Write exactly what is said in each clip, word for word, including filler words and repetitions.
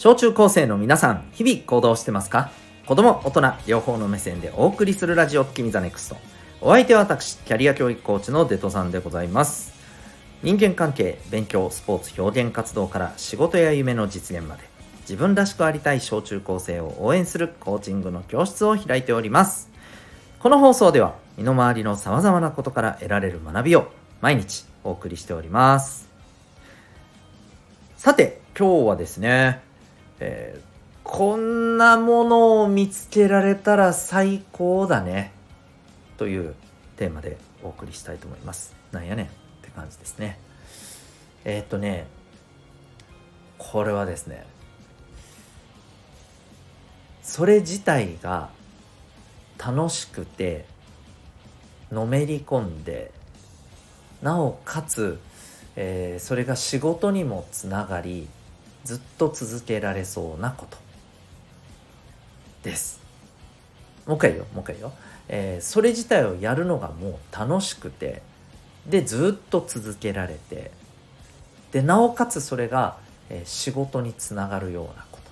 小中高生の皆さん、日々行動してますか？子供、大人、両方の目線でお送りするラジオ君ザネクスト。お相手は私、キャリア教育コーチのデトさんでございます。人間関係、勉強、スポーツ、表現活動から仕事や夢の実現まで、自分らしくありたい小中高生を応援するコーチングの教室を開いております。この放送では、身の回りの様々なことから得られる学びを毎日お送りしております。さて、今日はですね、えー、こんなものを見つけられたら最高だねというテーマでお送りしたいと思います。なんやねんって感じですね。えー、っとねこれはですね、それ自体が楽しくてのめり込んで、なおかつ、えー、それが仕事にもつながりずっと続けられそうなことです。もう一回よもう一回よ、えー、それ自体をやるのがもう楽しくて、でずっと続けられて、でなおかつそれが、えー、仕事につながるようなこと、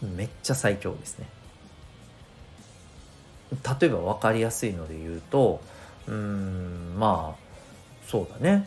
めっちゃ最強ですね。例えば分かりやすいので言うと、うーんまあそうだね、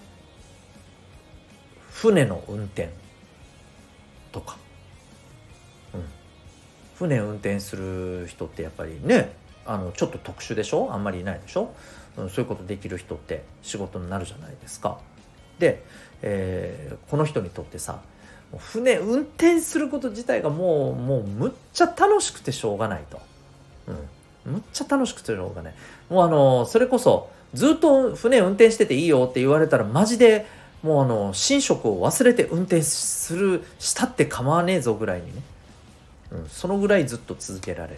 船の運転とか、うん、船運転する人ってやっぱりね、あのちょっと特殊でしょ、あんまりいないでしょ、うん、そういうことできる人って仕事になるじゃないですか。で、えー、この人にとってさ、船運転すること自体がもうもうむっちゃ楽しくてしょうがないと、うん、むっちゃ楽しくてしょうがない。もうあのそれこそずっと船運転してていいよって言われたらマジでもうあの寝食を忘れて運転するしたって構わねえぞぐらいにね、うん、そのぐらいずっと続けられる、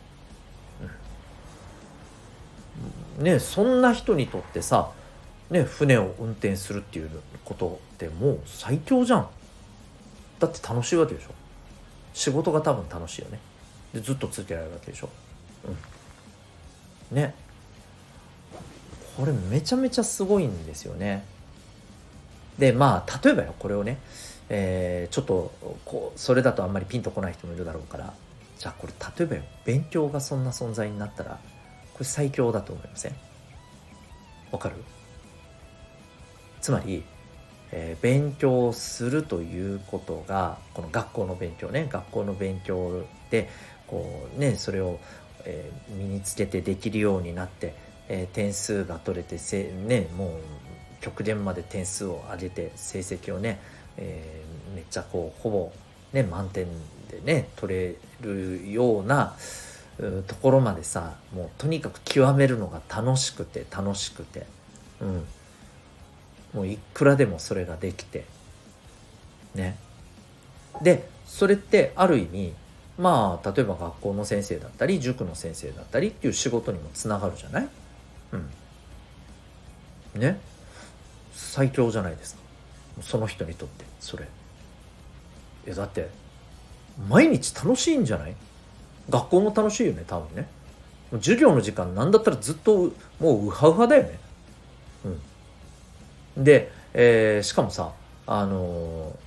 うん、ね、そんな人にとってさ、ね、船を運転するっていうことってもう最強じゃん。だって楽しいわけでしょ。仕事が多分楽しいよね。でずっと続けられるわけでしょ、うん、ね、これめちゃめちゃすごいんですよね。でまあ例えばよ、これをね、えー、ちょっとこうそれだとあんまりピンとこない人もいるだろうから、じゃあこれ例えばよ、勉強がそんな存在になったらこれ最強だと思いません？わかる？つまり、えー、勉強するということが、この学校の勉強ね、学校の勉強でこうね、それを、えー、身につけてできるようになって、えー、点数が取れてせ、ね、もう極限まで点数を上げて成績をね、えー、めっちゃこうほぼね満点でね取れるようなところまでさ、もうとにかく極めるのが楽しくて楽しくて、うん、もういくらでもそれができてね。でそれってある意味、まあ例えば学校の先生だったり塾の先生だったりっていう仕事にもつながるじゃない、うん、ね、最強じゃないですか、その人にとって。それいやだって毎日楽しいんじゃない？学校も楽しいよね多分ね。授業の時間なんだったらずっともうウハウハだよね、うん、で、えー、しかもさ、あのー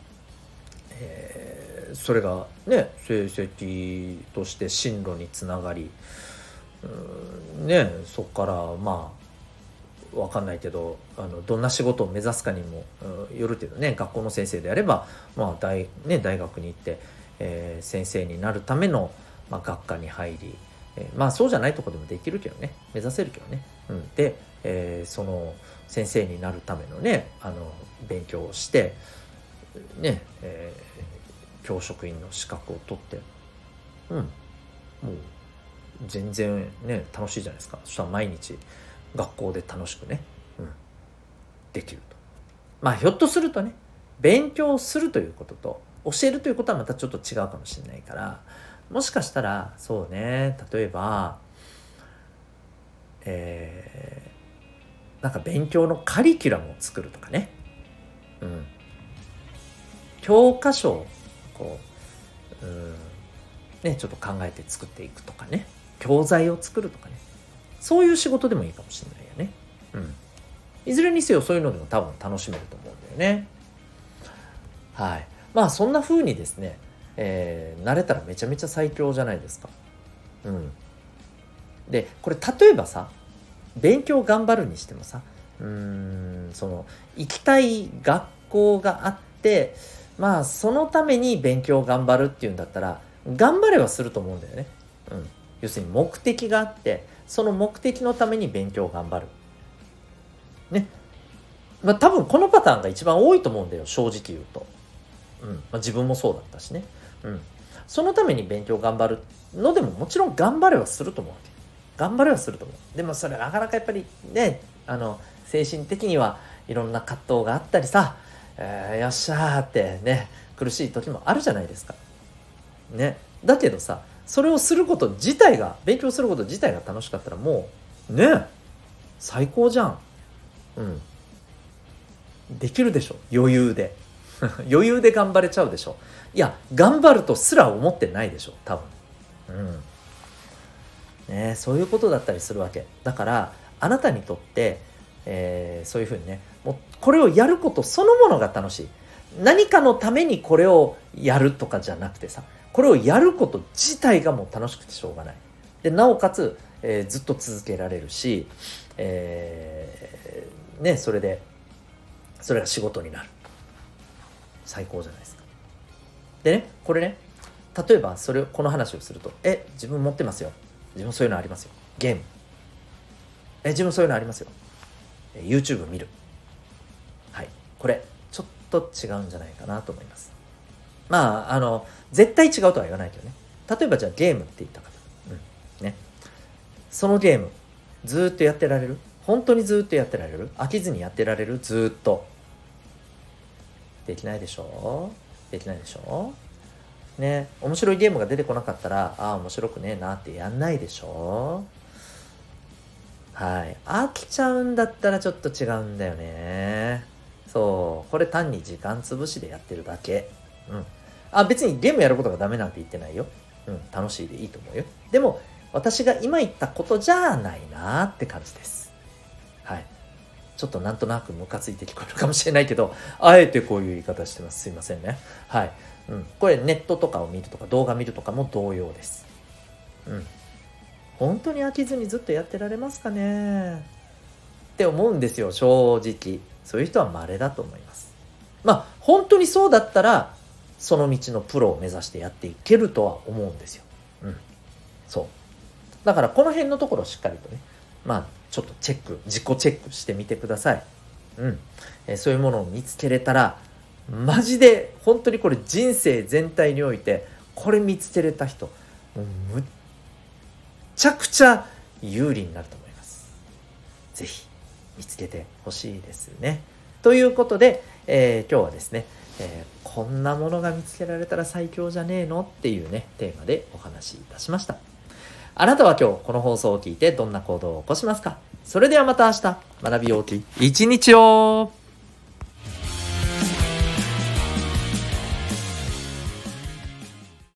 えー、それがね成績として進路につながり、うんね、そこからまあわかんないけど、あのどんな仕事を目指すかにも、うん、よるけどね、学校の先生であれば、まあ 大, ね、大学に行って、えー、先生になるための、まあ、学科に入り、えー、まあそうじゃないとこでもできるけどね、目指せるけどね、うん、で、えー、その先生になるためのね、あの勉強をしてね、えー、教職員の資格を取って、うん、もう全然ね楽しいじゃないですか。そしたら毎日学校で楽しくね、うん、できると。まあひょっとするとね、勉強するということと教えるということはまたちょっと違うかもしれないから、もしかしたらそうね、例えば、えー、なんか勉強のカリキュラムを作るとかね、うん、教科書をこう、うん、ね、ちょっと考えて作っていくとかね、教材を作るとかね、そういう仕事でもいいかもしれないよね。うん。いずれにせよそういうのでも多分楽しめると思うんだよね。 はい。まあそんな風にですね、えー、なれたらめちゃめちゃ最強じゃないですか。うん。でこれ例えばさ、勉強頑張るにしてもさ、うーんその行きたい学校があって、まあそのために勉強頑張るっていうんだったら頑張れはすると思うんだよね。うん。要するに目的があって、その目的のために勉強頑張る。ね。まあ多分このパターンが一番多いと思うんだよ、正直言うと。うん。まあ、自分もそうだったしね。うん。そのために勉強頑張るのでももちろん頑張れはすると思うわけ。頑張れはすると思う。でもそれなかなかやっぱりね、あの精神的にはいろんな葛藤があったりさ、えー、よっしゃーってね苦しい時もあるじゃないですか。ね。だけどさ、それをすること自体が、勉強すること自体が楽しかったらもうね、最高じゃん。うん。できるでしょ、余裕で。余裕で頑張れちゃうでしょ。いや、頑張るとすら思ってないでしょ、多分。うん。ね、そういうことだったりするわけ。だから、あなたにとって、えー、そういうふうにね、もうこれをやることそのものが楽しい。何かのためにこれをやるとかじゃなくてさ、これをやること自体がもう楽しくてしょうがない。で、なおかつ、えー、ずっと続けられるし、えー、ね、それで、それが仕事になる。最高じゃないですか。でね、これね、例えばそれこの話をすると、え、自分持ってますよ。自分そういうのありますよ。ゲーム。え、自分そういうのありますよ。え、YouTube 見る。はい。これ、ちょっと違うんじゃないかなと思います。まあ、あの、絶対違うとは言わないけどね。例えばじゃあゲームって言った方。うん。ね。そのゲーム、ずーっとやってられる？本当にずーっとやってられる？飽きずにやってられる？ずーっと。できないでしょ？できないでしょ？ね。面白いゲームが出てこなかったら、ああ、面白くねえなってやんないでしょ？はい。飽きちゃうんだったらちょっと違うんだよね。そう。これ単に時間潰しでやってるだけ。うん。あ、別にゲームやることがダメなんて言ってないよ。うん。楽しいでいいと思うよ。でも、私が今言ったことじゃないなって感じです。はい。ちょっとなんとなくムカついて聞こえるかもしれないけど、あえてこういう言い方してます。すいませんね。はい。うん。これネットとかを見るとか動画見るとかも同様です。うん。本当に飽きずにずっとやってられますかねって思うんですよ、正直。そういう人は稀だと思います。まあ本当にそうだったらその道のプロを目指してやっていけるとは思うんですよ。うん。そうだからこの辺のところをしっかりとね、まあちょっとチェック、自己チェックしてみてください。うん。えーそういうものを見つけれたらマジで本当にこれ人生全体においてこれ見つけれた人、もうむっちゃくちゃ有利になると思います。ぜひ見つけてほしいですね。ということで、えー今日はですね、えーこんなものが見つけられたら最強じゃねえのっていうねテーマでお話しいたしました。あなたは今日この放送を聞いてどんな行動を起こしますか？それではまた明日、学びようき一日を。